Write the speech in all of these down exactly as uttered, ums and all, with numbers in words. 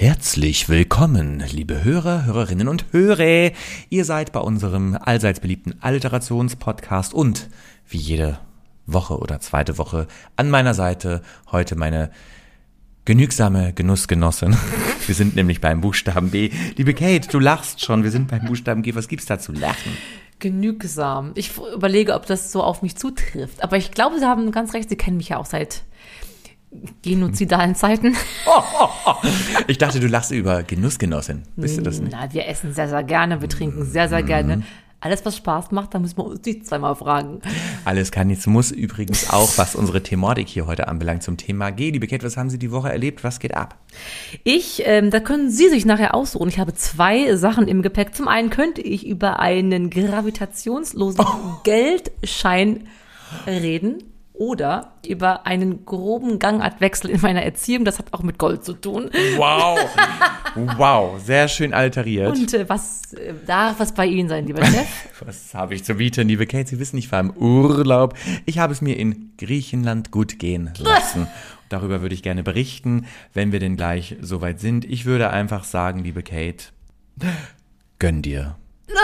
Herzlich willkommen, liebe Hörer, Hörerinnen und Hörer. Ihr seid bei unserem allseits beliebten Alliterationspodcast und wie jede Woche oder zweite Woche an meiner Seite heute meine genügsame Genussgenossin. Wir sind nämlich beim Buchstaben B. Liebe Kate, du lachst schon, wir sind beim Buchstaben G. Was gibt's da zu lachen? Genügsam. Ich überlege, ob das so auf mich zutrifft. Aber ich glaube, Sie haben ganz recht, Sie kennen mich ja auch seit genozidalen Zeiten. Oh, oh, oh. Ich dachte, du lachst über Genussgenossin. Bist du das nicht? Na, wir essen sehr, sehr gerne, wir trinken sehr, sehr gerne. Alles, was Spaß macht, da müssen wir uns nicht zweimal fragen. Alles kann, nichts muss. Übrigens auch, was unsere Thematik hier heute anbelangt zum Thema G. Liebe Kate, was haben Sie die Woche erlebt? Was geht ab? Ich, ähm, da können Sie sich nachher aussuchen. Ich habe zwei Sachen im Gepäck. Zum einen könnte ich über einen gravitationslosen oh. Geldschein reden. Oder über einen groben Gangartwechsel in meiner Erziehung. Das hat auch mit Gold zu tun. Wow, wow, sehr schön alteriert. Und äh, was äh, darf was bei Ihnen sein, lieber Chef? Was habe ich zu bieten, liebe Kate? Sie wissen, ich war im Urlaub. Ich habe es mir in Griechenland gut gehen lassen. Darüber würde ich gerne berichten, wenn wir denn gleich soweit sind. Ich würde einfach sagen, liebe Kate, gönn dir.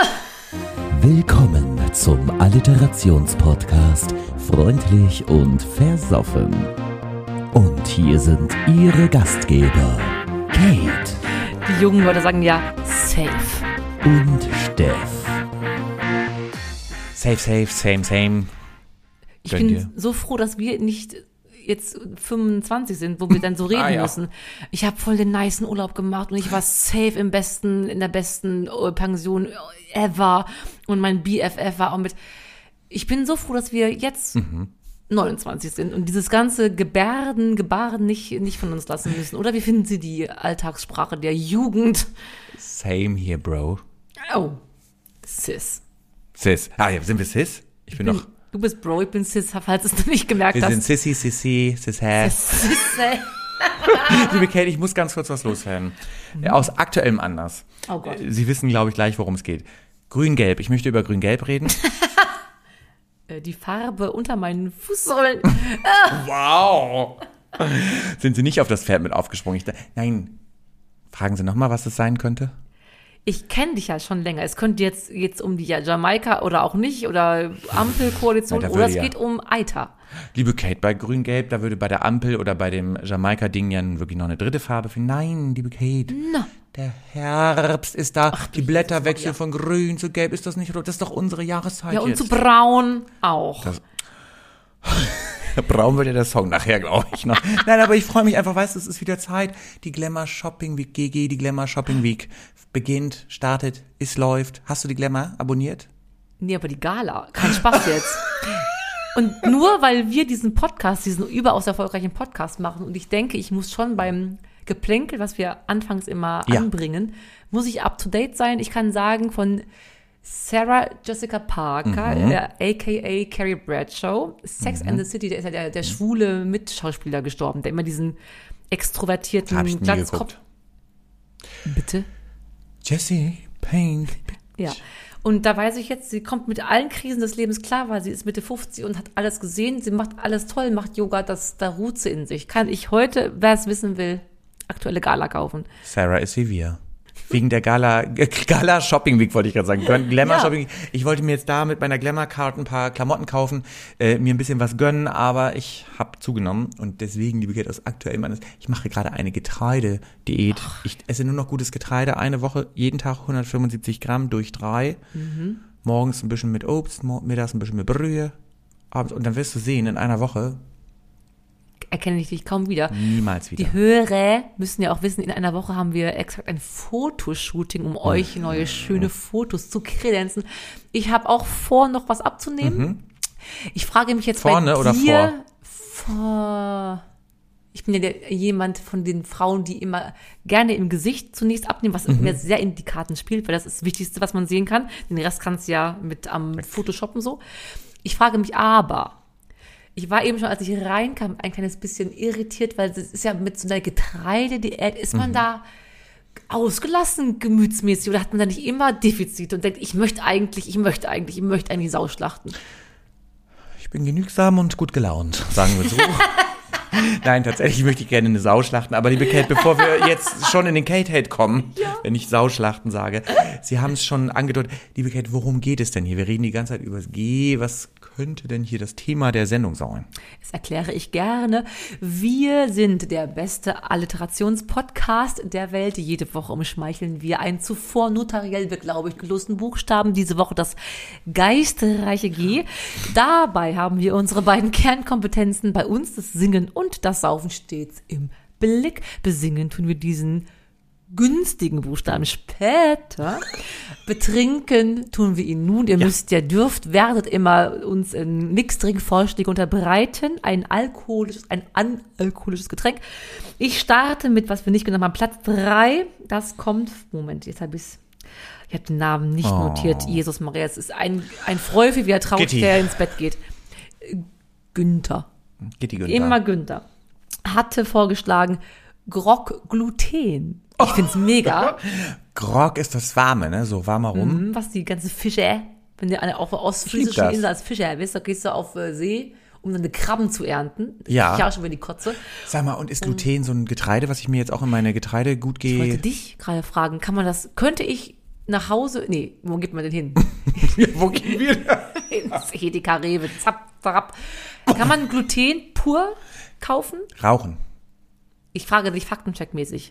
Willkommen zum Alliterationspodcast Freundlich und Versoffen. Und hier sind Ihre Gastgeber, Kate. Die jungen Leute sagen ja safe. Und Steff. Safe, safe, same, same. Ich Gönn bin dir. so froh, dass wir nicht jetzt fünfundzwanzig sind, wo wir dann so reden Ah, ja. müssen. Ich habe voll den nicen Urlaub gemacht und ich war safe im besten, in der besten Pension ever. Und mein B F F war auch mit. Ich bin so froh, dass wir jetzt mhm. neunundzwanzig sind und dieses ganze Gebärden, Gebaren nicht, nicht von uns lassen müssen. Oder wie finden Sie die Alltagssprache der Jugend? Same here, Bro. Oh, Sis. Sis. Ah ja, sind wir Sis? Ich bin noch... Du bist Bro, ich bin Sis, falls du es noch nicht gemerkt Wir hast. sind Sissy, Sissy, Sis-Hass. Sis, ey. Liebe Kate, ich muss ganz kurz was loswerden. Mhm. Aus aktuellem Anlass. Oh Gott. Sie wissen, glaube ich, gleich, worum es geht. Grün-Gelb. Ich möchte über Grün-Gelb reden. Die Farbe unter meinen Fußsohlen. Wow. Sind Sie nicht auf das Pferd mit aufgesprungen? Ich da, nein. Fragen Sie nochmal, was das sein könnte? Ich kenne dich ja schon länger. Es könnte jetzt, jetzt um die Jamaika oder auch nicht oder Ampelkoalition Nein, oder es ja. geht um Eiter. Liebe Kate, bei Grün-Gelb, da würde bei der Ampel oder bei dem Jamaika-Ding ja wirklich noch eine dritte Farbe fehlen. Nein, liebe Kate. Na. Der Herbst ist da. Ach, die Blätter wechseln ja. von grün zu gelb. Ist das nicht rot? Das ist doch unsere Jahreszeit Ja, und jetzt. zu braun auch. Das Braun wird ja der Song nachher, glaube ich, noch. Nein, aber ich freue mich einfach, weißt du, es ist wieder Zeit. Die Glamour Shopping Week, G G, die Glamour Shopping Week beginnt, startet, es läuft. Hast du die Glamour abonniert? Nee, aber die Gala. Kein Spaß jetzt. Und nur weil wir diesen Podcast, diesen überaus erfolgreichen Podcast machen und ich denke, ich muss schon beim Geplänkel, was wir anfangs immer Ja. anbringen, muss ich up to date sein. Ich kann sagen, von Sarah Jessica Parker, Mhm. äh, a k a. Carrie Bradshaw, Sex Mhm. and the City, der ist ja der, der schwule Mitschauspieler gestorben, der immer diesen extrovertierten Hab ich nie Glatzkopf. geguckt. Bitte? Jesse Payne. Ja. Und da weiß ich jetzt, sie kommt mit allen Krisen des Lebens klar, weil sie ist Mitte fünfzig und hat alles gesehen. Sie macht alles toll, macht Yoga, das, da ruht sie in sich. Kann ich heute, wer es wissen will, aktuelle Gala kaufen. Sarah ist wie wir. Wegen der Gala, Gala Shopping Week wollte ich gerade sagen. Glamour Ja. Shopping Week. Ich wollte mir jetzt da mit meiner Glamour Card ein paar Klamotten kaufen, äh, mir ein bisschen was gönnen, aber ich habe zugenommen und deswegen, liebe Kate, aus aktuellem Anlass, ich mache gerade eine Getreidediät. Ich esse nur noch gutes Getreide, eine Woche, jeden Tag hundertfünfundsiebzig Gramm durch drei. Mhm. Morgens ein bisschen mit Obst, mittags ein bisschen mit Brühe, abends, und dann wirst du sehen, in einer Woche Erkenne ich dich kaum wieder. niemals wieder. Die Hörer müssen ja auch wissen, in einer Woche haben wir exakt ein Fotoshooting, um euch neue, schöne Fotos zu kredenzen. Ich habe auch vor, noch was abzunehmen. Mhm. Ich frage mich jetzt Vorne bei oder dir, vor? Ich bin ja der, jemand von den Frauen, die immer gerne im Gesicht zunächst abnehmen, was Mhm. mir sehr in die Karten spielt, weil das ist das Wichtigste, was man sehen kann. Den Rest kannst du ja mit am mit Photoshoppen so. Ich frage mich aber, ich war eben schon, als ich reinkam, ein kleines bisschen irritiert, weil es ist ja mit so einer Getreidediät, ist man Mhm. da ausgelassen gemütsmäßig oder hat man da nicht immer Defizite und denkt, ich möchte eigentlich, ich möchte eigentlich, ich möchte eigentlich Sau schlachten? Ich bin genügsam und gut gelaunt, sagen wir so. Nein, tatsächlich möchte ich gerne eine Sau schlachten. Aber liebe Kate, bevor wir jetzt schon in den Kate-Hate kommen, ja. wenn ich Sau schlachten sage, Sie haben es schon angedeutet. Liebe Kate, worum geht es denn hier? Wir reden die ganze Zeit über das G. Was könnte denn hier das Thema der Sendung sein? Das erkläre ich gerne. Wir sind der beste Alliterationspodcast der Welt. Jede Woche umschmeicheln wir einen zuvor notariell beglaubigt gelosten Buchstaben. Diese Woche das geistreiche G. Dabei haben wir unsere beiden Kernkompetenzen bei uns, das Singen und das Saufen, stets im Blick. Besingen tun wir diesen günstigen Buchstaben später. Betrinken tun wir ihn nun. Ihr ja. müsst ja, dürft, werdet immer uns in Mixdrink-Vorschläge unterbreiten. Ein alkoholisches, ein analkoholisches Getränk. Ich starte mit, was wir nicht genommen haben, Platz drei. Das kommt, Moment, jetzt habe ich's. Ich habe den Namen nicht oh. notiert. Jesus Maria, es ist ein, ein Freufe, wie er traurig, Gitti. der ins Bett geht. Günther. Gitti Günther. Immer Günther. Hatte vorgeschlagen, Grog Gluten. Ich find's mega. Grog ist das Warme, ne? So warmer rum. Mhm, was die ganze Fische, wenn du auf der ostfriesischen Insel als Fischer bist, da gehst du auf äh, See, um dann die Krabben zu ernten. Ja. Ich auch schon über die Kotze. Sag mal, und ist Gluten so ein Getreide, was ich mir jetzt auch in meine Getreide gut gehe? Ich wollte dich gerade fragen, kann man das, könnte ich nach Hause, nee, wo geht man denn hin? Ja, wo gehen wir denn? Ins Edeka, Rewe, zapp, zapp. Kann man Gluten pur kaufen? Rauchen. Ich frage dich faktencheckmäßig.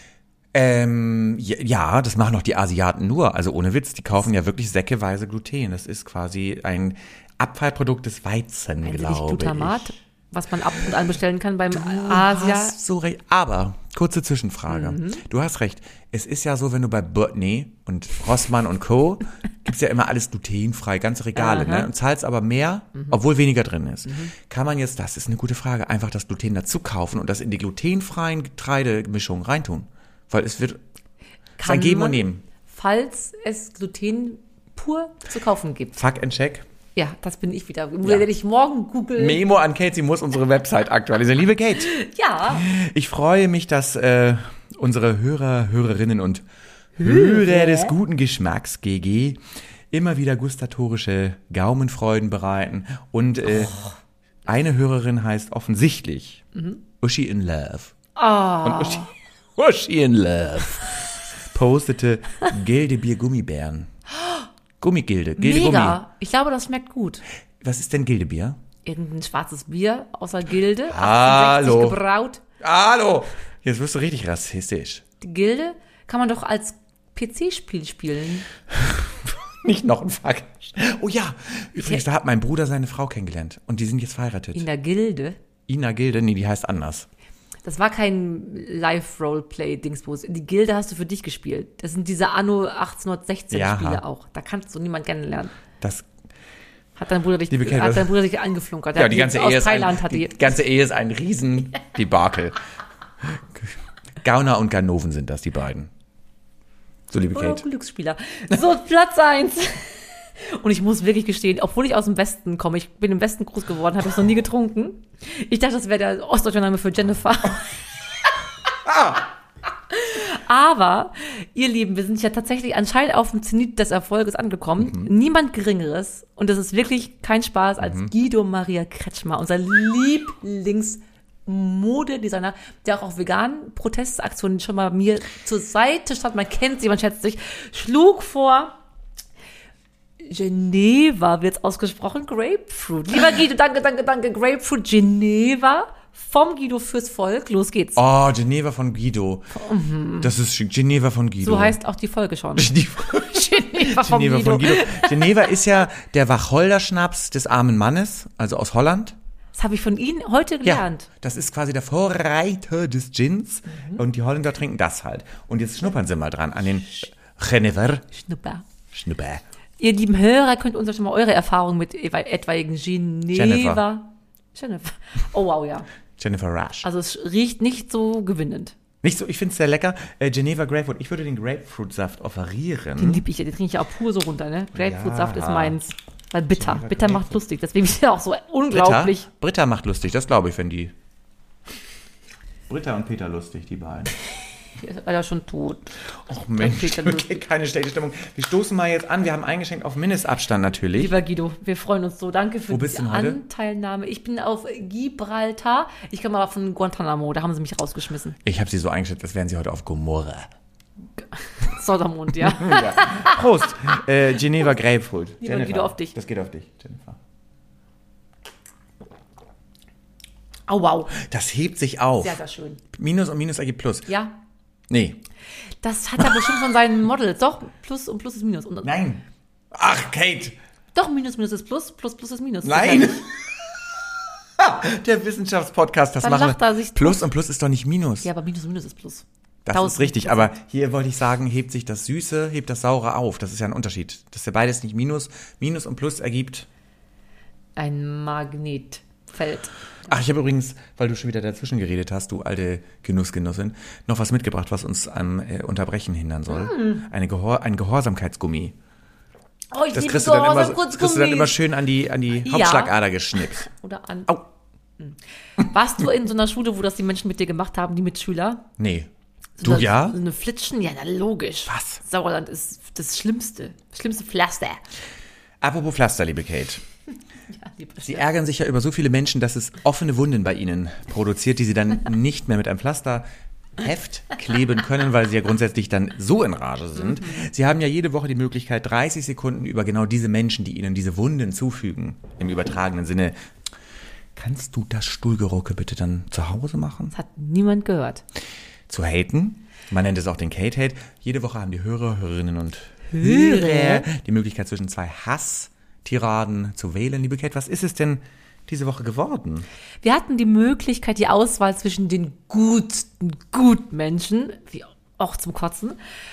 Ähm, ja, ja, das machen doch die Asiaten nur. Also ohne Witz, die kaufen ja wirklich säckeweise Gluten. Das ist quasi ein Abfallprodukt des Weizen, glaube ich. Glutamat, was man ab und an bestellen kann beim du Asia. Hast so recht. Aber, kurze Zwischenfrage. Mhm. Du hast recht. Es ist ja so, wenn du bei Burtney und Rossmann und Co. gibt's ja immer alles glutenfrei, ganze Regale, ne? Und zahlst aber mehr, mhm. obwohl weniger drin ist. Mhm. Kann man jetzt, das ist eine gute Frage, einfach das Gluten dazu kaufen und das in die glutenfreien Getreidemischung reintun? Weil es wird es ein Geben und Nehmen. Falls es Gluten pur zu kaufen gibt. Fuck and check. Ja, das bin ich wieder. Ja. Werde ich morgen googeln. Memo an Kate, sie muss unsere Website aktualisieren. Liebe Kate. Ja. Ich freue mich, dass äh, unsere Hörer, Hörerinnen und Hörer Höre. des guten Geschmacks, G G, immer wieder gustatorische Gaumenfreuden bereiten. Und äh, oh. eine Hörerin heißt offensichtlich mhm. Uschi in Love. Oh. Und Uschi, Uschi in Love postete Gildebier Gummibären. Gummigilde. Gilde Mega. Gummi. Ich glaube, das schmeckt gut. Was ist denn Gildebier? Irgendein schwarzes Bier außer Gilde. Hallo. achtundsechzig gebraut. Hallo. Jetzt wirst du richtig rassistisch. Die Gilde kann man doch als P C-Spiel spielen. Nicht noch ein Fuck. Oh ja, übrigens, da hat mein Bruder seine Frau kennengelernt. Und die sind jetzt verheiratet. In der Gilde? Ina Gilde? Nee, die heißt anders. Das war kein Live-Roleplay-Dingsbus. Die Gilde hast du für dich gespielt. Das sind diese Anno achtzehnhundertsechzehn-Spiele ja. auch. Da kannst du niemand kennenlernen. Das hat dein Bruder dich, Kate, hat dein Bruder dich angeflunkert. Ja, die ganze, aus Ehe ist Thailand ein, hat die ganze Ehe ist ein Riesen-Debakel. Gauner und Ganoven sind das, die beiden. So, liebe Kate. Oh, Glücksspieler. So, Platz eins. Und ich muss wirklich gestehen, obwohl ich aus dem Westen komme, ich bin im Westen groß geworden, habe ich noch nie getrunken. Ich dachte, das wäre der ostdeutsche Name für Jennifer. Ah. Aber, ihr Lieben, wir sind ja tatsächlich anscheinend auf dem Zenit des Erfolges angekommen. Mhm. Niemand Geringeres, und das ist wirklich kein Spaß, als mhm. Guido Maria Kretschmer, unser Lieblingsmodedesigner, der auch auf veganen Protestaktionen schon mal mir zur Seite stand, man kennt sie, man schätzt sich, schlug vor, Geneva wird's ausgesprochen, Grapefruit. Lieber Guido, danke, danke, danke, Grapefruit, Geneva, vom Guido fürs Volk. Los geht's. Oh, Geneva von Guido. Mhm. Das ist Geneva von Guido. So heißt auch die Folge schon. Geneva, Geneva, von, Geneva Guido. von Guido. Geneva ist ja der Wacholderschnaps des armen Mannes, also aus Holland. Das habe ich von Ihnen heute gelernt. Ja, das ist quasi der Vorreiter des Gins. Mhm. Und die Holländer trinken das halt. Und jetzt schnuppern Sie mal dran an den Geneva. Schnupper. Schnupper. Ihr lieben Hörer, könnt uns ja schon mal eure Erfahrungen mit etwaigen Geneva. Jennifer. Jennifer. Oh wow, ja. Jennifer Rush. Also es riecht nicht so gewinnend. Nicht so, ich finde es sehr lecker. Äh, Geneva Grapefruit. Ich würde den Grapefruit-Saft offerieren. Den liebe ich, den trinke ich auch pur so runter, ne? Grapefruit-Saft ja. ist meins. Weil bitter. Geneva bitter macht lustig. Deswegen ist er auch so unglaublich. Britta, Britta macht lustig, das glaube ich, wenn die. Britta und Peter lustig, die beiden. Ist er schon tot. Och Mensch, okay, keine schlechte Stimmung. Wir stoßen mal jetzt an. Wir haben eingeschenkt auf Mindestabstand natürlich. Lieber Guido, wir freuen uns so. Danke für Wo bist die du heute? Anteilnahme. Ich bin auf Gibraltar. Ich komme aber von Guantanamo. Da haben sie mich rausgeschmissen. Ich habe sie so eingeschätzt, als wären sie heute auf Gomorra. Sodermund, ja. Ja. Prost. Äh, Geneva Grapefruit. Lieber Guido, auf dich. Das geht auf dich, Jennifer. Au, wow. Das hebt sich auf. Sehr, sehr schön. Minus und Minus ergibt Plus. Ja. Nee. Das hat er bestimmt von seinen Models. Doch, Plus und Plus ist Minus. Und Nein. Ach, Kate. Doch, Minus, Minus ist Plus, Plus, Plus ist Minus. Nein. Der Wissenschaftspodcast, das Dann machen lacht wir. er sich Plus tot. und Plus ist doch nicht Minus. Ja, aber Minus und Minus ist Plus. Das Tausend ist richtig, Prozent. aber hier wollte ich sagen, hebt sich das Süße, hebt das Saure auf. Das ist ja ein Unterschied. Das ist ja beides nicht Minus. Minus und Plus ergibt... Ein Magnetfeld. Ach, ich habe übrigens, weil du schon wieder dazwischen geredet hast, du alte Genussgenussin, noch was mitgebracht, was uns am äh, Unterbrechen hindern soll. Mm. Eine Gehor- ein Gehorsamkeitsgummi. Oh, ich Das liebe kriegst du, dann immer, das Gehorsamkeitsgummis. kriegst du dann immer schön an die, an die Ja. Hauptschlagader geschnippt. Oder an. Au. Warst du in so einer Schule, wo das die Menschen mit dir gemacht haben, die Mitschüler? Nee. So Du eine, ja? So eine Flitschen? Ja, na logisch. Was? Sauerland ist das Schlimmste. Das schlimmste Pflaster. Apropos Pflaster, liebe Kate. Ja, liebe Sie ärgern sich ja über so viele Menschen, dass es offene Wunden bei ihnen produziert, die sie dann nicht mehr mit einem Pflasterheft kleben können, weil sie ja grundsätzlich dann so in Rage sind. Mhm. Sie haben ja jede Woche die Möglichkeit, dreißig Sekunden über genau diese Menschen, die ihnen diese Wunden zufügen, im übertragenen Sinne. Kannst du das Stuhlgerucke bitte dann zu Hause machen? Das hat niemand gehört. Zu haten. Man nennt es auch den Kate-Hate. Jede Woche haben die Hörer, Hörerinnen und Hörer? Hörer die Möglichkeit, zwischen zwei Hass-Tiraden zu wählen. Liebe Kate, was ist es denn diese Woche geworden? Wir hatten die Möglichkeit, die Auswahl zwischen den guten Gutmenschen, wie auch zum Kotzen,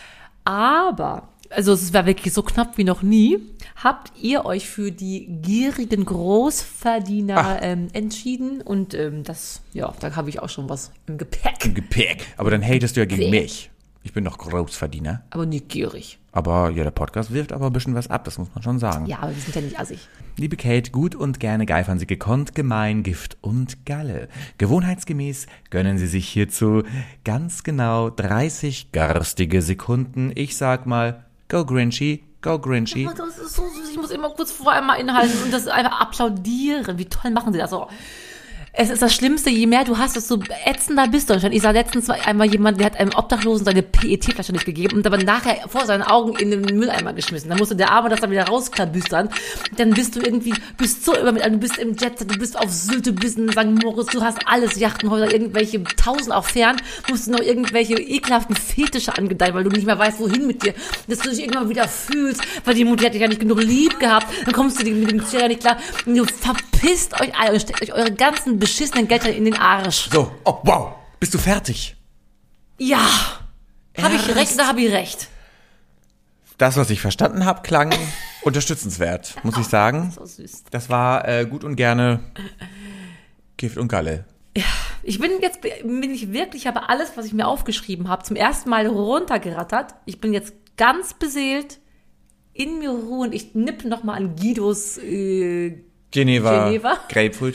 aber, also es war wirklich so knapp wie noch nie, habt ihr euch für die gierigen Großverdiener ähm, entschieden und ähm, das, ja, da habe ich auch schon was im Gepäck, Im Gepäck. Aber dann hatest du ja gegen Gepäck. mich. Ich bin doch Großverdiener. aber nicht gierig. Aber ja, der Podcast wirft aber ein bisschen was ab, das muss man schon sagen. Ja, aber wir sind ja nicht assig. Liebe Kate, gut und gerne geifern Sie gekonnt, gemein, Gift und Galle. Gewohnheitsgemäß gönnen Sie sich hierzu ganz genau dreißig garstige Sekunden. Ich sag mal, go Grinchy, go Grinchy. Oh, das ist so süß. Ich muss immer kurz vor einmal inhalten und das einfach applaudieren. Wie toll machen sie das? Oh. Es ist das Schlimmste, je mehr du hast, desto ätzender bist du anscheinend. Ich sah letztens einmal jemand, der hat einem Obdachlosen seine P E T-Flasche nicht gegeben und aber nachher vor seinen Augen in den Mülleimer geschmissen. Dann musste der Arme das dann wieder rausklabüstern. Dann bist du irgendwie, bist so über mit, du bist im Jet, du bist auf Sylt, du bist in Sankt Moritz, du hast alles, Yachtenhäuser, irgendwelche tausend auch fern, musst du noch irgendwelche ekelhaften Fetische angedeihen, weil du nicht mehr weißt, wohin mit dir. Dass du dich irgendwann wieder fühlst, weil die Mutter hat dich ja nicht genug lieb gehabt. Dann kommst du mit dem Tier nicht klar. Und du verpisst euch alle und steckt euch eure ganzen beschissenen Gelder in den Arsch. So, oh wow, bist du fertig? Ja. Habe ich Erst- recht oder habe ich recht? Das, was ich verstanden habe, klang unterstützenswert, muss ich sagen. So süß. Das war äh, gut und gerne Gift und Galle. Ich bin jetzt, bin ich wirklich, habe alles, was ich mir aufgeschrieben habe, zum ersten Mal runtergerattert. Ich bin jetzt ganz beseelt, in mir ruhen. Ich nippe nochmal an Guidos äh, Geneva, Geneva. Grapefruit.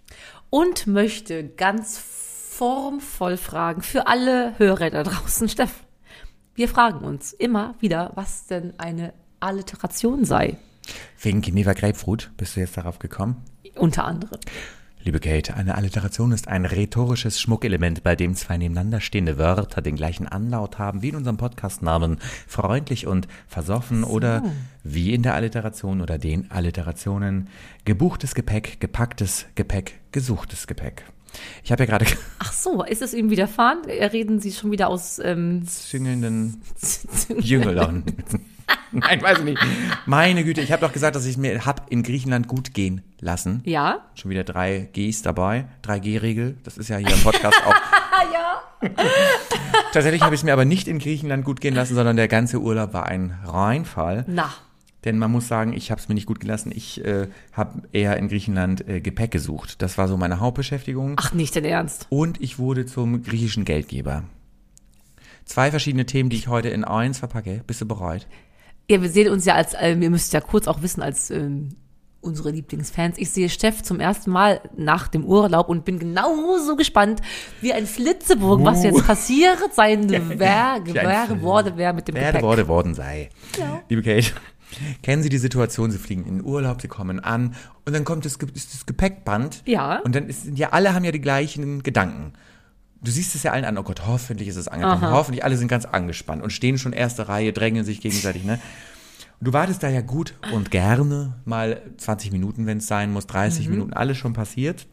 und möchte ganz formvoll fragen für alle Hörer da draußen, Steff. Wir fragen uns immer wieder, was denn eine Alliteration sei. Wegen Geneva Grapefruit bist du jetzt darauf gekommen? Unter anderem. Liebe Kate, eine Alliteration ist ein rhetorisches Schmuckelement, bei dem zwei nebeneinander stehende Wörter den gleichen Anlaut haben wie in unserem Podcastnamen freundlich und versoffen So. oder wie in der Alliteration oder den Alliterationen gebuchtes Gepäck, gepacktes Gepäck, gesuchtes Gepäck. Ich habe ja gerade Ach so, ist es ihm widerfahren? Reden Sie schon wieder aus ähm, züngelnden Jüngelern. Nein, weiß ich nicht. Meine Güte, ich habe doch gesagt, dass ich es mir hab in Griechenland gut gehen lassen. Ja? Schon wieder drei Gs dabei, drei G-Regel. Das ist ja hier im Podcast auch. Ja. Tatsächlich habe ich es mir aber nicht in Griechenland gut gehen lassen, sondern der ganze Urlaub war ein Reinfall. Na. Denn man muss sagen, ich habe es mir nicht gut gelassen. Ich äh, habe eher in Griechenland äh, Gepäck gesucht. Das war so meine Hauptbeschäftigung. Ach, nicht dein Ernst. Und ich wurde zum griechischen Geldgeber. Zwei verschiedene Themen, die ich heute in eins verpacke. Bist du bereit? Ja, wir sehen uns ja als, ähm, ihr müsst ja kurz auch wissen, als ähm, unsere Lieblingsfans. Ich sehe Steff zum ersten Mal nach dem Urlaub und bin genauso gespannt wie ein Flitzebogen, uh. was jetzt passiert sein wäre, geworden wäre mit dem werde Gepäck. Werde worden sei. Ja. Liebe Kate, kennen Sie die Situation, Sie fliegen in den Urlaub, Sie kommen an und dann kommt das, das Gepäckband. Ja. Und dann sind ja alle haben ja die gleichen Gedanken. Du siehst es ja allen an, oh Gott, hoffentlich ist es angekommen. Aha. Hoffentlich, alle sind ganz angespannt und stehen schon erste Reihe, drängeln sich gegenseitig, ne? Und du wartest da ja gut und gerne mal zwanzig Minuten, wenn es sein muss, dreißig mhm. Minuten, alles schon passiert.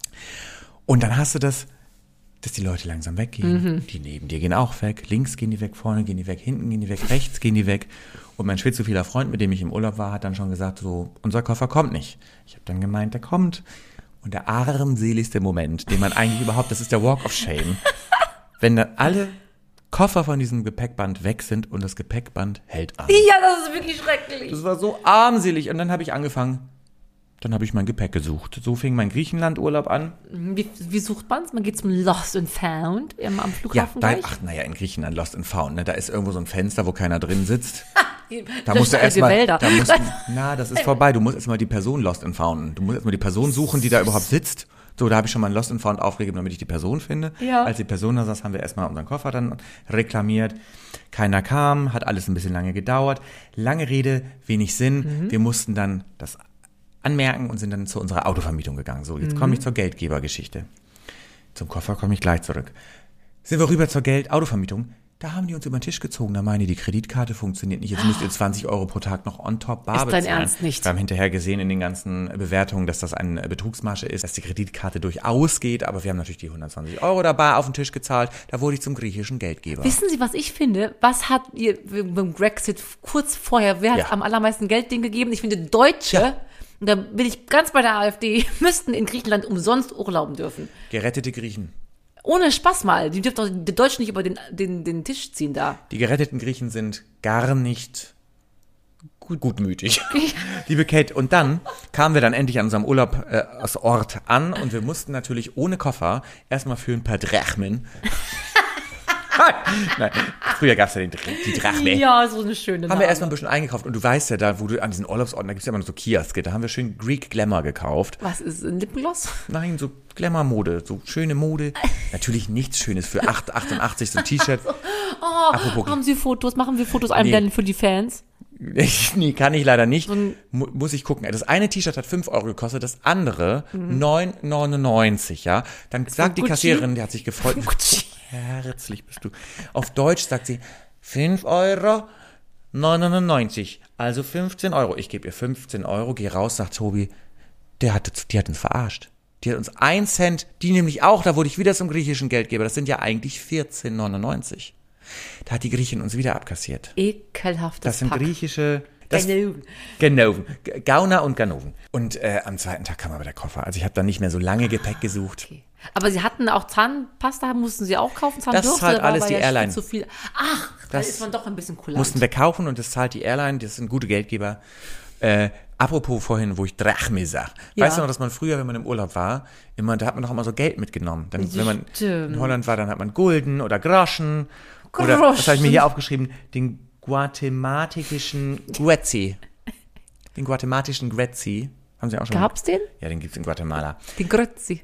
Und dann hast du das, dass die Leute langsam weggehen. Mhm. Die neben dir gehen auch weg. Links gehen die weg, vorne gehen die weg, hinten gehen die weg, rechts gehen die weg. Und mein schwitzophiller Freund, mit dem ich im Urlaub war, hat dann schon gesagt, so, unser Koffer kommt nicht. Ich habe dann gemeint, der kommt. Und der armseligste Moment, den man eigentlich überhaupt, das ist der Walk of Shame. Wenn dann alle Koffer von diesem Gepäckband weg sind und das Gepäckband hält an. Ja, das ist wirklich schrecklich. Das war so armselig. Und dann habe ich angefangen, dann habe ich mein Gepäck gesucht. So fing mein Griechenland-Urlaub an. Wie, wie sucht man es? Man geht zum Lost and Found am Flughafen ja, gleich? Ach, naja, in Griechenland Lost and Found. Ne? Da ist irgendwo so ein Fenster, wo keiner drin sitzt. Da musst du erstmal, da musst, na, das ist vorbei. Du musst erstmal die Person Lost and Found. Du musst erstmal die Person suchen, die da überhaupt sitzt. So, da habe ich schon mal ein Lost and Found aufgegeben, damit ich die Person finde. Ja. Als die Person da saß, haben wir erstmal unseren Koffer dann reklamiert. Keiner kam, hat alles ein bisschen lange gedauert. Lange Rede, wenig Sinn. Mhm. Wir mussten dann das anmerken und sind dann zu unserer Autovermietung gegangen. So, jetzt mhm. komme ich zur Geldgebergeschichte. Zum Koffer komme ich gleich zurück. Sind wir rüber zur Geld-Autovermietung? Da haben die uns über den Tisch gezogen. Da meine ich, die Kreditkarte funktioniert nicht. Jetzt müsst ihr zwanzig Euro pro Tag noch on top bar bezahlen. Ist dein Ernst nicht? Wir haben hinterher gesehen in den ganzen Bewertungen, dass das eine Betrugsmasche ist, dass die Kreditkarte durchaus geht. Aber wir haben natürlich die hundertzwanzig Euro dabei auf den Tisch gezahlt. Da wurde ich zum griechischen Geldgeber. Wissen Sie, was ich finde? Was hat ihr beim Brexit kurz vorher, wer hat ja. am allermeisten Geld denen gegeben? Ich finde, Deutsche, ja. und da bin ich ganz bei der AfD, müssten in Griechenland umsonst urlauben dürfen. Gerettete Griechen. Ohne Spaß mal. Die dürfen doch die Deutschen nicht über den, den, den Tisch ziehen da. Die geretteten Griechen sind gar nicht gut, gutmütig. Liebe Kate, und dann kamen wir dann endlich an unserem Urlaubsort äh, an und wir mussten natürlich ohne Koffer erstmal für ein paar Drachmen. Nein, früher gab es ja den, die Drachme. Ja, so eine schöne Name. Haben wir erstmal ein bisschen eingekauft. Und du weißt ja, da, wo du an diesen Urlaubsorten, da gibt es ja immer so Kioske, da haben wir schön Greek Glamour gekauft. Was ist ein Lipgloss? Nein, so Glamour-Mode, so schöne Mode. Natürlich nichts Schönes für acht achtundachtzig, so ein T-Shirt. Oh, Apropos, haben Sie Fotos? Machen wir Fotos einblenden nee. für die Fans? Nee, kann ich leider nicht. Mu- muss ich gucken. Das eine T-Shirt hat fünf Euro gekostet, das andere mhm. neun neunundneunzig, ja. Dann das sagt die Gucci? Kassiererin, die hat sich gefreut. Gucci. Herzlich bist du. Auf Deutsch sagt sie fünf Euro neunundneunzig, also fünfzehn Euro. Ich gebe ihr fünfzehn Euro, geh raus, sagt Tobi, der hat, die hat uns verarscht. Die hat uns ein Cent, die nämlich auch, da wurde ich wieder zum griechischen Geldgeber, das sind ja eigentlich vierzehn neunundneunzig. Da hat die Griechin uns wieder abkassiert. Ekelhaftes Das sind Pack. griechische... Das, Ganoven. Ganoven. Gauner und Ganoven. Und äh, am zweiten Tag kam aber der Koffer. Also ich habe dann nicht mehr so lange Gepäck gesucht. Okay. Aber Sie hatten auch Zahnpasta, mussten Sie auch kaufen? Das zahlt alles die ja Airline. Zu viel. Ach, da ist man doch ein bisschen kulant. Mussten wir kaufen und das zahlt die Airline. Das sind gute Geldgeber. Äh, apropos vorhin, wo ich Drachme sag. Ja. Weißt du noch, dass man früher, wenn man im Urlaub war, immer, da hat man doch immer so Geld mitgenommen. Dann, wenn man Stimmt. in Holland war, dann hat man Gulden oder Groschen. Groschen. Oder, was habe ich mir hier aufgeschrieben? Den guatemaltekischen Guetzi. Den guatemaltekischen Guetzi. Haben Sie auch schon? Gab's den? Ja, den gibt's in Guatemala. Den Grötzi.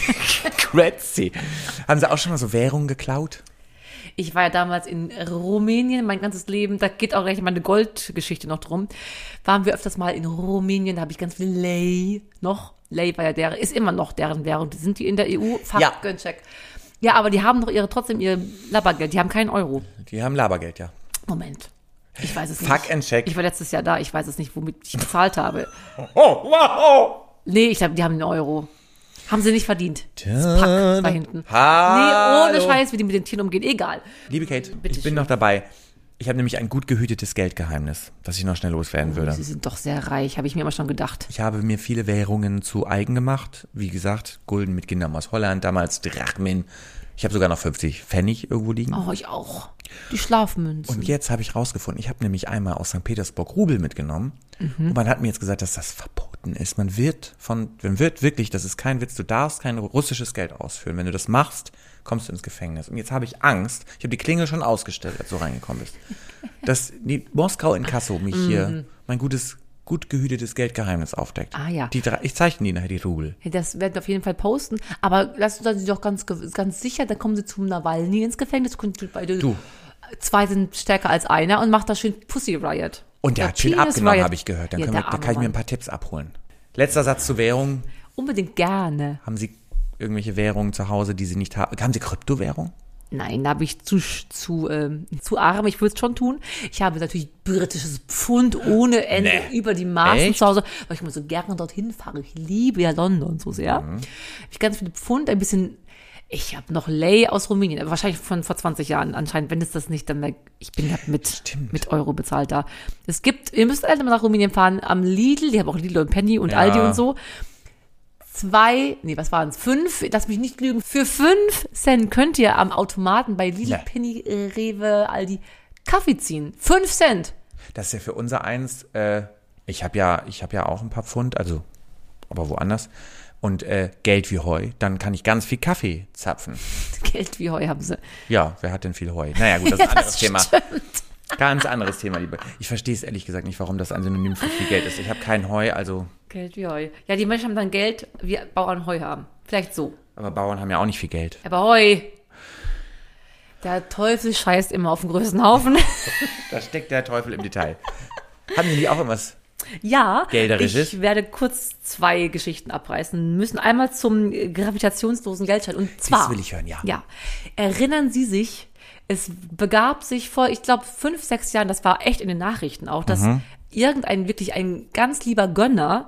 Grötzi. Haben Sie auch schon mal so Währungen geklaut? Ich war ja damals in Rumänien, mein ganzes Leben, da geht auch recht meine Goldgeschichte noch drum. Waren wir öfters mal in Rumänien, da habe ich ganz viel Lei noch. Lei war ja der, ist immer noch deren Währung. Sind die in der E U? Faktencheck. Ja. ja, aber die haben doch ihre, trotzdem ihr Labergeld, die haben keinen Euro. Die haben Labergeld, ja. Moment. Ich weiß es nicht. Fuck and check. Ich war letztes Jahr da, ich weiß es nicht, womit ich bezahlt habe. Oh, wow! Nee, ich hab, die haben einen Euro. Haben sie nicht verdient. Das Pack da hinten. Hallo. Nee, ohne Scheiß, wie die mit den Tieren umgehen. Egal. Liebe Kate, Bitte ich bin schön. noch dabei. Ich habe nämlich ein gut gehütetes Geldgeheimnis, das ich noch schnell loswerden Oh, würde. Sie sind doch sehr reich, habe ich mir immer schon gedacht. Ich habe mir viele Währungen zu eigen gemacht. Wie gesagt, Gulden mitgenommen aus Holland, damals Drachmen. Ich habe sogar noch fünfzig Pfennig irgendwo liegen. Oh, ich auch. Die Schlafmünzen. Und jetzt habe ich rausgefunden, ich habe nämlich einmal aus Sankt Petersburg Rubel mitgenommen. Mhm. Und man hat mir jetzt gesagt, dass das verboten ist. Man wird von, man wird wirklich, das ist kein Witz, du darfst kein russisches Geld ausführen. Wenn du das machst, kommst du ins Gefängnis. Und jetzt habe ich Angst, ich habe die Klingel schon ausgestellt, als du reingekommen bist, dass die Moskau Inkasso mich hier, mein gutes gut gehütetes Geldgeheimnis aufdeckt. Ah, ja. Die drei, ich zeichne die nachher, die Rubel. Ja, das werden wir auf jeden Fall posten. Aber lass uns doch ganz, ganz sicher, dann kommen sie zum Nawalny ins Gefängnis. Beide, Du. Zwei sind stärker als einer und macht da schön Pussy Riot. Und der Ja, hat schön Penis abgenommen, Riot. habe ich gehört. Dann Ja, können wir, der da kann ich arme mir ein paar Tipps abholen. Letzter Satz zur Währung. Unbedingt gerne. Haben Sie irgendwelche Währungen zu Hause, die Sie nicht haben? Haben Sie Kryptowährung? Nein, da habe ich zu, zu, ähm, zu arm. Ich würde es schon tun. Ich habe natürlich britisches Pfund ohne Ende Nee. über die Maßen Echt? zu Hause, weil ich immer so gerne dorthin fahre. Ich liebe ja London so sehr. Mhm. Habe ich ganz viele Pfund, ein bisschen. Ich habe noch Lei aus Rumänien, aber wahrscheinlich von vor zwanzig Jahren anscheinend. Wenn es das nicht, dann ich bin halt mit Stimmt. mit Euro bezahlt da. Es gibt, ihr müsst alle mal nach Rumänien fahren, am Lidl, die haben auch Lidl und Penny und Ja. Aldi und so. Zwei, nee, was waren es? Fünf, lass mich nicht lügen. Für fünf Cent könnt ihr am Automaten bei Lidl, Nee. Penny, äh, Rewe, Aldi Kaffee ziehen. Fünf Cent. Das ist ja für unser eins, äh, ich habe ja, ich habe ja auch ein paar Pfund, also, aber woanders. Und äh, Geld wie Heu, dann kann ich ganz viel Kaffee zapfen. Geld wie Heu haben sie. Ja, wer hat denn viel Heu? Naja, gut, das ist Ja, ein anderes das Thema. stimmt. Ganz anderes Thema, liebe. Ich verstehe es ehrlich gesagt nicht, warum das ein Synonym für viel Geld ist. Ich habe kein Heu, also, Geld wie Heu. Ja, die Menschen haben dann Geld, wie Bauern Heu haben. Vielleicht so. aber Bauern haben ja auch nicht viel Geld. Aber Heu. Der Teufel scheißt immer auf den größten Haufen. Da steckt der Teufel im Detail. Haben Sie auch irgendwas? Ja, Gelderisches? ich werde kurz zwei Geschichten abreißen müssen. Einmal zum äh, gravitationslosen Geldschein. Und zwar, Das will ich hören, ja. Ja, erinnern Sie sich, es begab sich vor, ich glaube, fünf, sechs Jahren, das war echt in den Nachrichten auch, dass Mhm. irgendein wirklich ein ganz lieber Gönner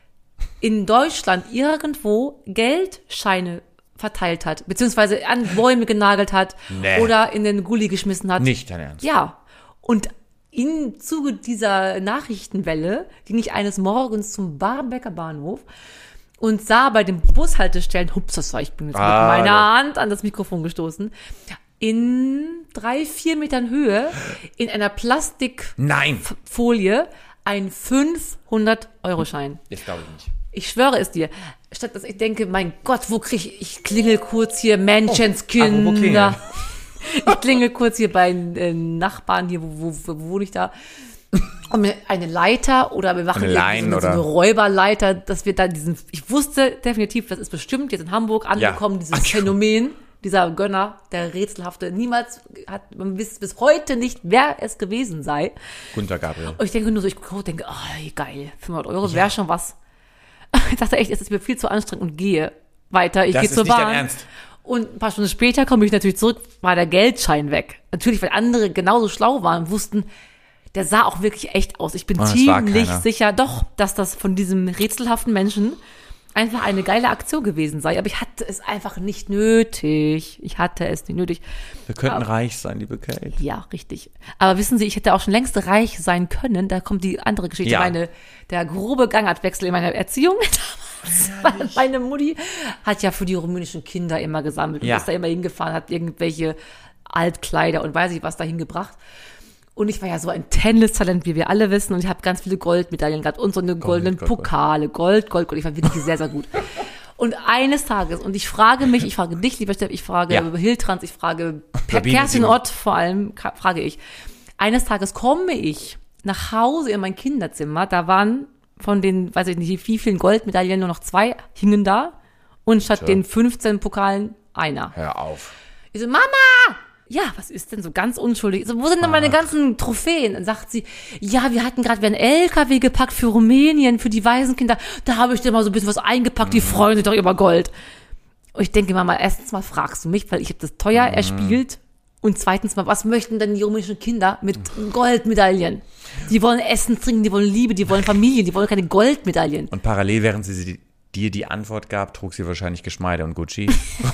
in Deutschland irgendwo Geldscheine verteilt hat, beziehungsweise an Bäume genagelt hat Nee. oder in den Gully geschmissen hat. Nicht dein Ernst. Ja, und im Zuge dieser Nachrichtenwelle ging ich eines Morgens zum Barmbecker Bahnhof und sah bei den Bushaltestellen, hups, das war ich, bin jetzt Ah, mit meiner ja. Hand an das Mikrofon gestoßen, in drei, vier Metern Höhe, in einer Plastikfolie, Nein. ein fünfhundert-Euro-Schein. Das glaube ich nicht. Ich schwöre es dir. Statt dass ich denke, mein Gott, wo krieg ich, ich klingel kurz hier, Menschenskinder. apropos klingeln. Ich klingel kurz hier bei äh, Nachbarn hier, wo, wo, wo wohne ich da? Und mir eine Leiter oder wir machen Eine irgendwie Line so, so eine oder- Räuberleiter, dass wir dann diesen, ich wusste definitiv, das ist bestimmt jetzt in Hamburg angekommen, dieses Ach, Phänomen, dieser Gönner, der rätselhafte, niemals hat man bis, bis heute nicht, wer es gewesen sei. Gunter Gabriel. Und ich denke nur so, ich gucke, denke, oh, geil, fünfhundert Euro wäre schon was. Ich dachte echt, es ist mir viel zu anstrengend und gehe weiter. Ich Das gehe ist zur nicht dein Bahn. Ernst. Und ein paar Stunden später komme ich natürlich zurück, war der Geldschein weg. Natürlich, weil andere genauso schlau waren und wussten, der sah auch wirklich echt aus. Ich bin Oh, das war ziemlich keiner. sicher, doch, dass das von diesem rätselhaften Menschen einfach eine geile Aktion gewesen sei. Aber ich hatte es einfach nicht nötig. Ich hatte es nicht nötig. Wir könnten reich sein, liebe Kate. Ja, richtig. Aber wissen Sie, ich hätte auch schon längst reich sein können. Da kommt die andere Geschichte. Ja. Meine, der grobe Gangartwechsel in meiner Erziehung. Damals. Meine Mutti hat ja für die rumänischen Kinder immer gesammelt und Ja. ist da immer hingefahren, hat irgendwelche Altkleider und weiß ich was dahin gebracht. Und ich war ja so ein Tennistalent, wie wir alle wissen. Und ich habe ganz viele Goldmedaillen gehabt und so eine goldenen Gold, Gold. Pokale. Gold, Gold, Gold. Ich war wirklich sehr, sehr gut. Und eines Tages, und ich frage mich, ich frage dich, lieber Steff, ich frage Ja. Hiltrans, ich frage Per- Sabine Kerstin Simon. Ott vor allem, ka- frage ich. Eines Tages komme ich nach Hause in mein Kinderzimmer, da waren von den, weiß ich nicht, wie vielen Goldmedaillen nur noch zwei hingen da und statt Tja. den fünfzehn Pokalen einer. Hör auf. Ich so, Mama! Ja, was ist denn so ganz unschuldig? Ich so, wo sind denn meine ganzen Trophäen? Dann sagt sie, ja, wir hatten gerade einen L K W gepackt für Rumänien, für die Waisenkinder. Da habe ich dir mal so ein bisschen was eingepackt, die freuen sich doch über Gold. Und ich denke Mama, erstens mal fragst du mich, weil ich habe das teuer erspielt. Und zweitens mal, was möchten denn die rumänischen Kinder mit Goldmedaillen? Die wollen Essen, trinken, die wollen Liebe, die wollen Familie, die wollen keine Goldmedaillen. Und parallel, während sie sie- dir die Antwort gab, trug sie wahrscheinlich Geschmeide und Gucci.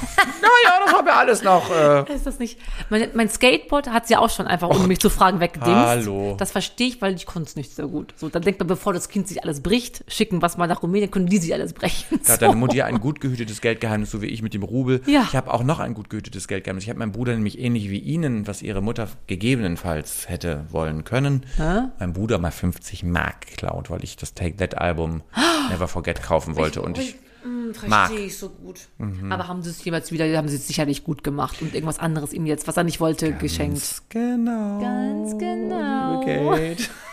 Naja, das haben wir alles noch. Äh. Ist das nicht? Mein, mein Skateboard hat sie auch schon einfach, ohne mich zu fragen, weggedingst. hallo. Das verstehe ich, weil ich konnte es nicht so gut. So, dann denkt man, bevor das Kind sich alles bricht, schicken was mal nach Rumänien, können die sich alles brechen. Da hat So. deine Mutti ja ein gut gehütetes Geldgeheimnis, so wie ich mit dem Rubel. Ja. Ich habe auch noch ein gut gehütetes Geldgeheimnis. Ich habe meinem Bruder nämlich ähnlich wie Ihnen, was Ihre Mutter gegebenenfalls hätte wollen können, mein Bruder mal fünfzig Mark geklaut, weil ich das Take That Album Never Forget kaufen wollte. Und ich, Hm, mag. verstehe ich so gut. Aber haben sie es jemals wieder, haben sie es sicherlich gut gemacht und irgendwas anderes ihm jetzt, was er nicht wollte, geschenkt. genau. Ganz genau. Liebe Kate.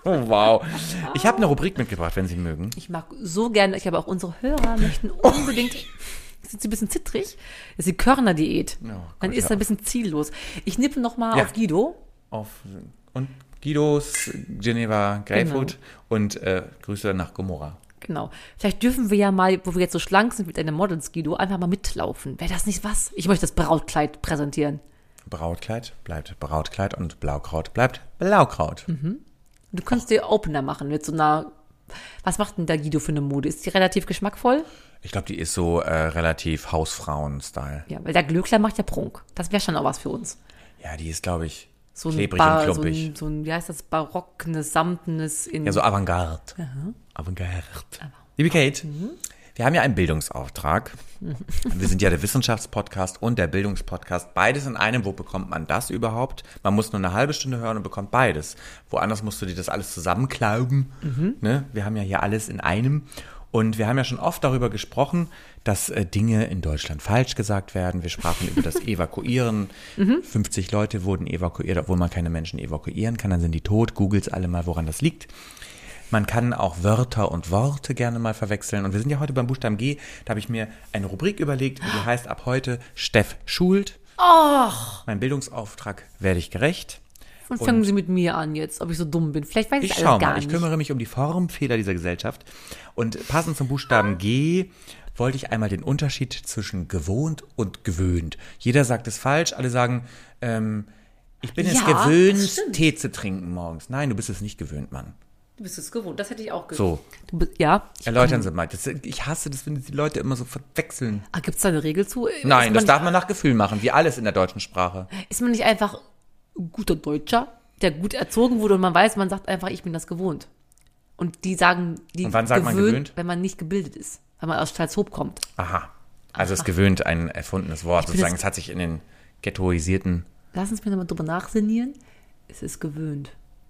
Oh, wow. Ich habe eine Rubrik mitgebracht, wenn Sie mögen. Ich mag so gerne, ich habe auch unsere Hörer möchten unbedingt, sind sie ein bisschen zittrig, das ist die Körner-Diät. Oh, Man Gott, ist ja. ein bisschen ziellos. Ich nippe nochmal Ja. auf Guido. Auf, und Guidos, Geneva, Greyfoot Genau. und äh, Grüße nach Gomorra. Genau. Vielleicht dürfen wir ja mal, wo wir jetzt so schlank sind mit deinen Models, Guido, einfach mal mitlaufen. Wäre das nicht was? Ich möchte das Brautkleid präsentieren. Brautkleid bleibt Brautkleid und Blaukraut bleibt Blaukraut. Mhm. Du könntest dir Opener machen mit so einer, was macht denn da Guido für eine Mode? Ist die relativ geschmackvoll? Ich glaube, die ist so äh, relativ Hausfrauen-Style. Ja, weil der Glöckler macht ja Prunk. Das wäre schon auch was für uns. Ja, die ist, glaube ich, So ein, klebrig Bar, und so, klumpig. ein, so ein, wie heißt das, barocknes, samtenes in. Ja, so Avantgarde. Avantgarde. Liebe Kate, wir haben ja einen Bildungsauftrag. Wir sind ja der Wissenschaftspodcast und der Bildungspodcast. Beides in einem. Wo bekommt man das überhaupt? Man muss nur eine halbe Stunde hören und bekommt beides. Woanders musst du dir das alles zusammenklauben. Mhm. Ne? Wir haben ja hier alles in einem. Und wir haben ja schon oft darüber gesprochen, dass äh, Dinge in Deutschland falsch gesagt werden. Wir sprachen über das Evakuieren. Mhm. fünfzig Leute wurden evakuiert, obwohl man keine Menschen evakuieren kann. Dann sind die tot. Googles alle mal, woran das liegt. Man kann auch Wörter und Worte gerne mal verwechseln. Und wir sind ja heute beim Buchstaben G. Da habe ich mir eine Rubrik überlegt, die heißt ab heute Steff schult. Och, Mein Bildungsauftrag werde ich gerecht. und fangen Sie mit mir an jetzt, ob ich so dumm bin. Vielleicht weiß ich, Ich alles schau gar mal, ich nicht. kümmere mich um die Formfehler dieser Gesellschaft. Und passend zum Buchstaben G wollte ich einmal den Unterschied zwischen gewohnt und gewöhnt. Jeder sagt es falsch, alle sagen, ähm, ich bin es Ja, das gewöhnt, stimmt. Tee zu trinken morgens. Nein, du bist es nicht gewöhnt, Mann. Du bist es gewohnt, das hätte ich auch So, Du bist, ja. Ich erläutern Sie mal. Das, ich hasse das, wenn die Leute immer so verwechseln. Ah, gibt es da eine Regel zu? Nein, ist das man, darf man nach Gefühl machen, wie alles in der deutschen Sprache. Ist man nicht einfach ein guter Deutscher, der gut erzogen wurde und man weiß, man sagt einfach, ich bin das gewohnt. Und die sagen, die Und wann sagt man gewöhnt? wenn man nicht gebildet ist, wenn man aus Stalzhoop kommt. Aha. Also es ist gewöhnt ein erfundenes Wort. bin Sozusagen, jetzt- es hat sich in den ghettoisierten... Lass uns mir nochmal drüber nachsinnieren. Es ist gewöhnt.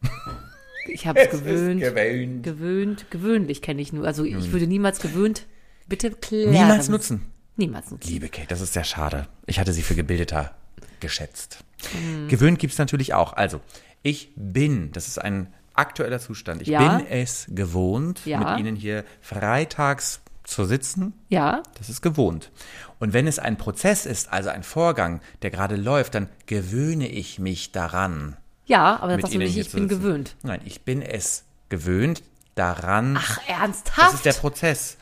Ich habe es gewöhnt. gewöhnt. Gewöhnt, gewöhnlich kenne ich nur. Also ich würde niemals gewöhnt, bitte klären. Niemals nutzen. Niemals nutzen. Liebe Kate, das ist sehr schade. Ich hatte sie für gebildeter geschätzt. Gewöhnt gibt es natürlich auch. Also, ich bin, das ist ein aktueller Zustand, ich Ja. bin es gewohnt, Ja. mit Ihnen hier freitags zu sitzen. Ja, Das ist gewohnt. Und wenn es ein Prozess ist, also ein Vorgang, der gerade läuft, dann gewöhne ich mich daran. ja, aber dann mit sagst du Ihnen nicht, hier ich zu bin sitzen. gewöhnt. Nein, ich bin es gewöhnt daran. Ach, ernsthaft? das ist der Prozess.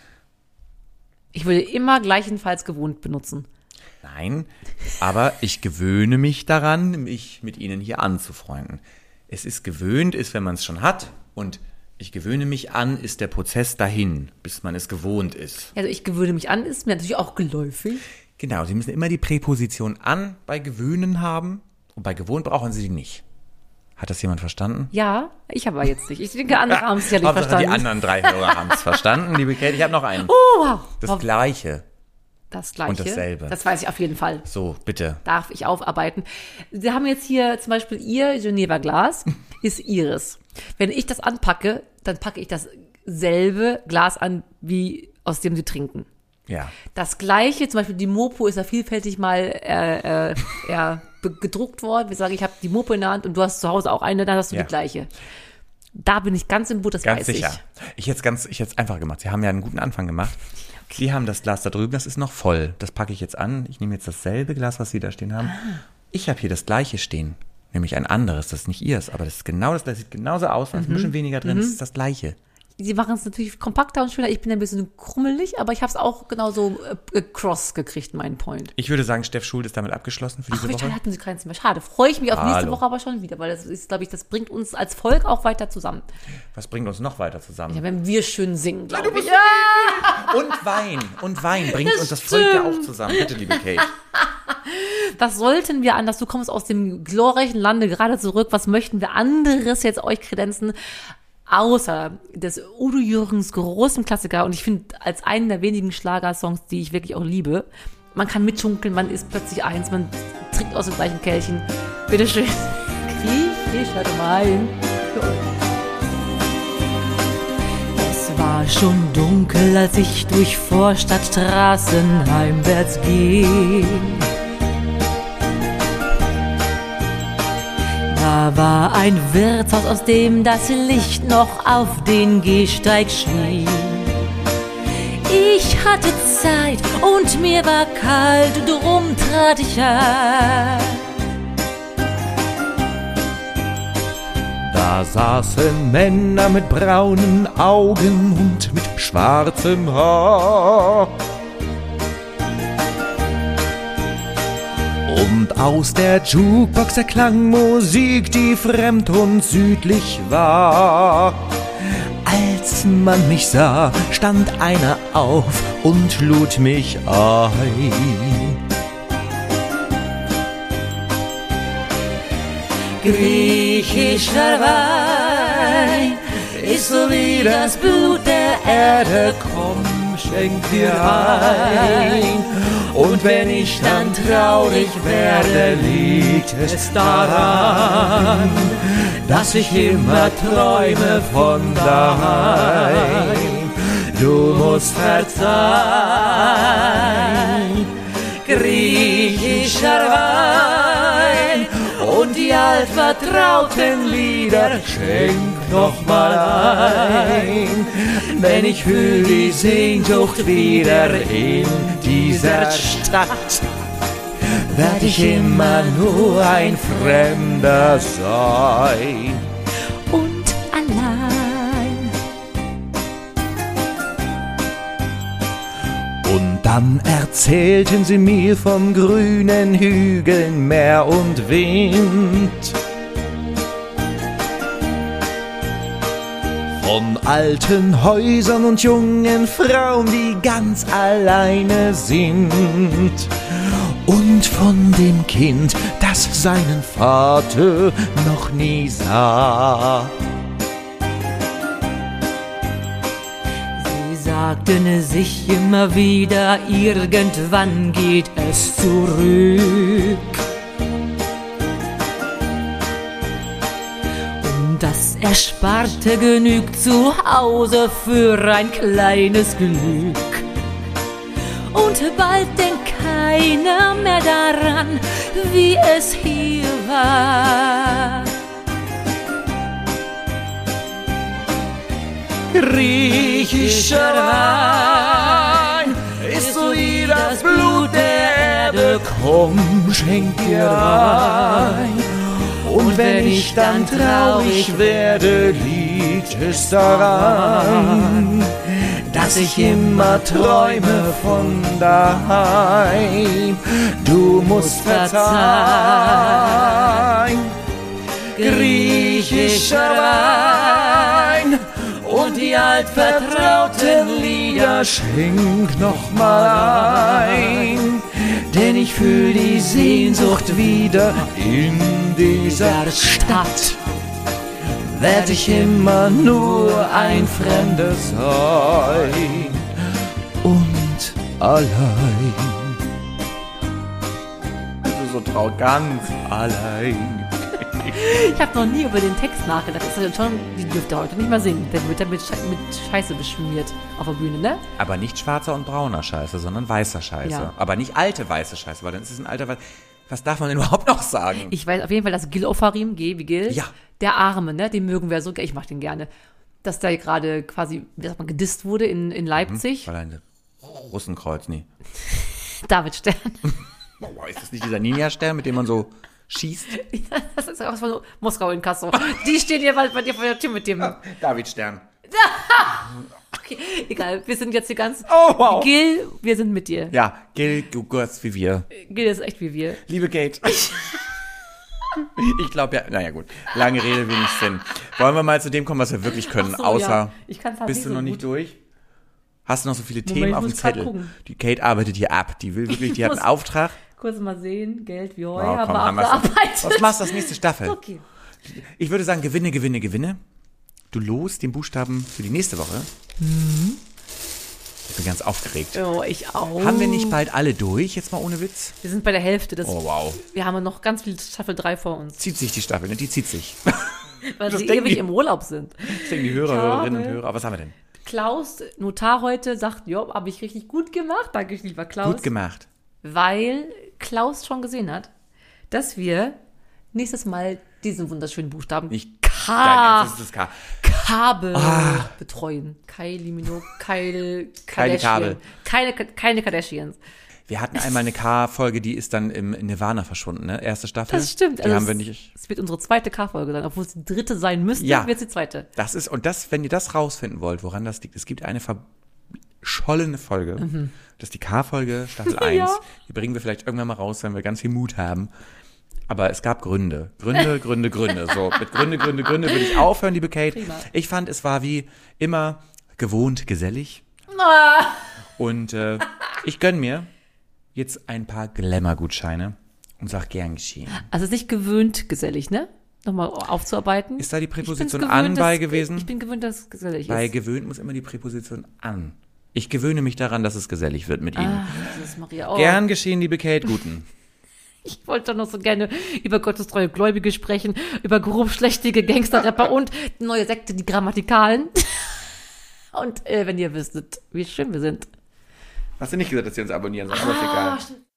Ich würde immer gleichenfalls gewohnt benutzen. Nein, aber ich gewöhne mich daran, mich mit Ihnen hier anzufreunden. Es ist gewöhnt, ist, wenn man es schon hat. Und ich gewöhne mich an, ist der Prozess dahin, bis man es gewohnt ist. Also ich gewöhne mich an, ist mir natürlich auch geläufig. Genau, Sie müssen immer die Präposition an bei gewöhnen haben. Und bei gewohnt brauchen Sie die nicht. Hat das jemand verstanden? Ja, ich habe aber jetzt nicht. Ich denke, andere haben es sicherlich Hauptsache, verstanden. die anderen drei Hörer haben es verstanden, liebe Kate. Ich habe noch einen. Oh, wow. Das Gleiche. Das Gleiche. und dasselbe. Das weiß ich auf jeden Fall. So, bitte. Darf ich aufarbeiten. Sie haben jetzt hier zum Beispiel Ihr Geneva Glas ist Ihres. Wenn ich das anpacke, dann packe ich dasselbe Glas an, wie aus dem Sie trinken. Ja. Das Gleiche, zum Beispiel die Mopo ist ja vielfältig mal äh, äh, ja, be- gedruckt worden. Wir sagen, ich habe die Mopo in der Hand und du hast zu Hause auch eine, dann hast du Ja. die gleiche. Da bin ich ganz im Boot, das Ganz weiß sicher. ich. Ich hätte es ganz, ich hätte es einfach gemacht. Sie haben ja einen guten Anfang gemacht. Sie haben das Glas da drüben, das ist noch voll. Das packe ich jetzt an. Ich nehme jetzt dasselbe Glas, was Sie da stehen haben. Ich habe hier das gleiche stehen. Nämlich ein anderes, das ist nicht Ihres, aber das ist genau das, das sieht genauso aus, da ist ein bisschen weniger drin, das ist das gleiche. Sie machen es natürlich kompakter und schöner. Ich bin ein bisschen krummelig, aber ich habe es auch genauso äh, cross gekriegt, meinen Point. Ich würde sagen, Steff Schuld ist damit abgeschlossen für Ach, diese wie Woche. toll, hatten Sie keins mehr. Schade. Freue ich mich auf nächste Hallo. Woche aber schon wieder, weil das ist, glaube ich, das bringt uns als Volk auch weiter zusammen. Was bringt uns noch weiter zusammen? Ja, wenn wir schön singen, glaube ich. Und Wein. Und Wein bringt Das uns das Volk ja stimmt. auch zusammen. Bitte, liebe Kate. Was sollten wir anders? Du kommst aus dem glorreichen Lande gerade zurück. Was möchten wir anderes jetzt euch kredenzen? Außer des Udo Jürgens großen Klassiker. Und ich finde, als einen der wenigen Schlagersongs, die ich wirklich auch liebe. Man kann mitschunkeln, man ist plötzlich eins, man trinkt aus dem gleichen Kelchen. Bitteschön. Griechischer Wein für euch. Es war schon dunkel, als ich durch Vorstadtstraßen heimwärts ging. Da war ein Wirtshaus, aus dem das Licht noch auf den Gehsteig schien. Ich hatte Zeit und mir war kalt, drum trat ich ein. Da saßen Männer mit braunen Augen und mit schwarzem Haar. Und aus der Jukebox erklang Musik, die fremd und südlich war. Als man mich sah, stand einer auf und lud mich ein. Griechischer Wein ist so wie das Blut der Erde, komm, schenk dir ein. Und wenn ich dann traurig werde, liegt es daran, dass ich immer träume von daheim. Du musst verzeihen, griechischer Wein und die altvertrauten Lieder schenk noch mal ein, denn ich fühl die Sehnsucht wieder in dieser Stadt. Werd ich immer nur ein Fremder sein und allein. Und dann erzählten sie mir von grünen Hügeln, Meer und Wind, von alten Häusern und jungen Frauen, die ganz alleine sind, und von dem Kind, das seinen Vater noch nie sah. Sie sagten sich immer wieder, irgendwann geht es zurück. Und das Ersparte genügt zu Hause für ein kleines Glück. Und bald denkt keiner mehr daran, wie es hier war. Griechischer Wein ist so wie das Blut der Erde, komm, schenk dir ein. Und wenn ich dann traurig werde, liegt es daran, dass ich immer träume von daheim. Du musst verzeihen, griechischer Wein und die altvertrauten Lieder schenk noch mal ein, denn ich fühl die Sehnsucht wieder in dieser Stadt. Werd ich immer nur ein Fremder sein und allein. Also so traurig, ganz allein. Ich habe noch nie über den Text nachgedacht. Das ist ja schon, die dürft ihr heute nicht mal singen. Der wird ja mit, Sche- mit Scheiße beschmiert auf der Bühne, ne? Aber nicht schwarzer und brauner Scheiße, sondern weißer Scheiße. Ja. Aber nicht alte weiße Scheiße, weil dann ist es ein alter Weiß. Was darf man denn überhaupt noch sagen? Ich weiß auf jeden Fall, dass Gil Ofarim, G wie Gil, ja. Der Arme, ne, den mögen wir so, ich mag den gerne, dass der gerade quasi, wie sagt man, gedisst wurde in, in Leipzig. Mhm, weil ein Russenkreuz, nee. David Stern. Oh, ist das nicht dieser Ninja-Stern, mit dem man so schießt? Das ist auch von Moskau in Kassel. Die stehen hier bald bei dir vor der Tür mit dem... David Stern. Okay, egal, wir sind jetzt hier ganz... Oh, wow. Gil, wir sind mit dir. Ja, Gil, du gehörst wie wir. Gil ist echt wie wir. Liebe Kate. Ich glaube ja, naja gut, lange Rede, wenig Sinn. Wollen wir mal zu dem kommen, was wir wirklich können, so, außer, ja. Ich kann's halt bist nicht du so noch gut. nicht durch? Hast du noch so viele Moment, Themen ich auf dem muss grad Zettel? gucken. Die Kate arbeitet hier ab, die will wirklich, die Ich hat einen muss- Auftrag. Kurz mal sehen, Geld wie Heu, Oh, haben komm, wir haben wir's. abgearbeitet. Was machst du das nächste Staffel? Okay. Ich würde sagen, gewinne, gewinne, gewinne. Du lost den Buchstaben für die nächste Woche. Mhm. Ich bin ganz aufgeregt. Oh, ich auch. Haben wir nicht bald alle durch, jetzt mal ohne Witz? Wir sind bei der Hälfte. Das, Oh, wow. Wir haben noch ganz viel Staffel drei vor uns, Zieht sich die Staffel, ne? Die zieht sich. weil Das sie denken ewig die- im Urlaub sind. Das denken die Hörer, Ich Hörerinnen und habe- Hörer. Aber was haben wir denn? Klaus, Notar heute, sagt, jo, habe ich richtig gut gemacht. Danke, lieber Klaus. Gut gemacht. Weil Klaus schon gesehen hat, dass wir Nächstes Mal diesen wunderschönen Buchstaben. Nicht K. Das ist das K. Kabel Ah. betreuen. Kylie Minogue, Kyle, Keine Kardashian. Kabel. Keine, keine Kardashians. Wir hatten einmal eine K-Folge, die ist dann im Nirvana verschwunden, ne? Erste Staffel. Das stimmt. Die Also haben wir es- nicht. Es wird unsere zweite K-Folge sein. Obwohl es die dritte sein müsste, Ja. wird es die zweite. Das ist, und das, wenn ihr das rausfinden wollt, woran das liegt, es gibt eine verschollene Folge. Das ist die K-Folge, Staffel eins. Ja. Die bringen wir vielleicht irgendwann mal raus, wenn wir ganz viel Mut haben. Aber es gab Gründe. Gründe, Gründe, Gründe. So, mit Gründe, Gründe, Gründe würde ich aufhören, liebe Kate. Prima. Ich fand, es war wie immer gewohnt gesellig. Ah. Und äh, ich gönn mir jetzt ein paar Glamour-Gutscheine und sag gern geschehen. Also es ist nicht gewöhnt gesellig, ne? Nochmal aufzuarbeiten. Ist da die Ich bin's Präposition gewöhnt, an bei dass- gewesen? Ich bin gewöhnt, dass es gesellig Bei ist. gewöhnt muss immer die Präposition an. Ich gewöhne mich daran, dass es gesellig wird mit Ihnen. Ah, das ist Maria auch. Gern geschehen, liebe Kate Guten. Ich wollte doch noch so gerne über gottestreue Gläubige sprechen, über grobschlächtige Gangster-Rapper und die neue Sekte, die Grammatikalen. Und äh, wenn ihr wüsstet, wie schön wir sind. Hast du nicht gesagt, dass Sie uns abonnieren, sondern ist egal. stimmt.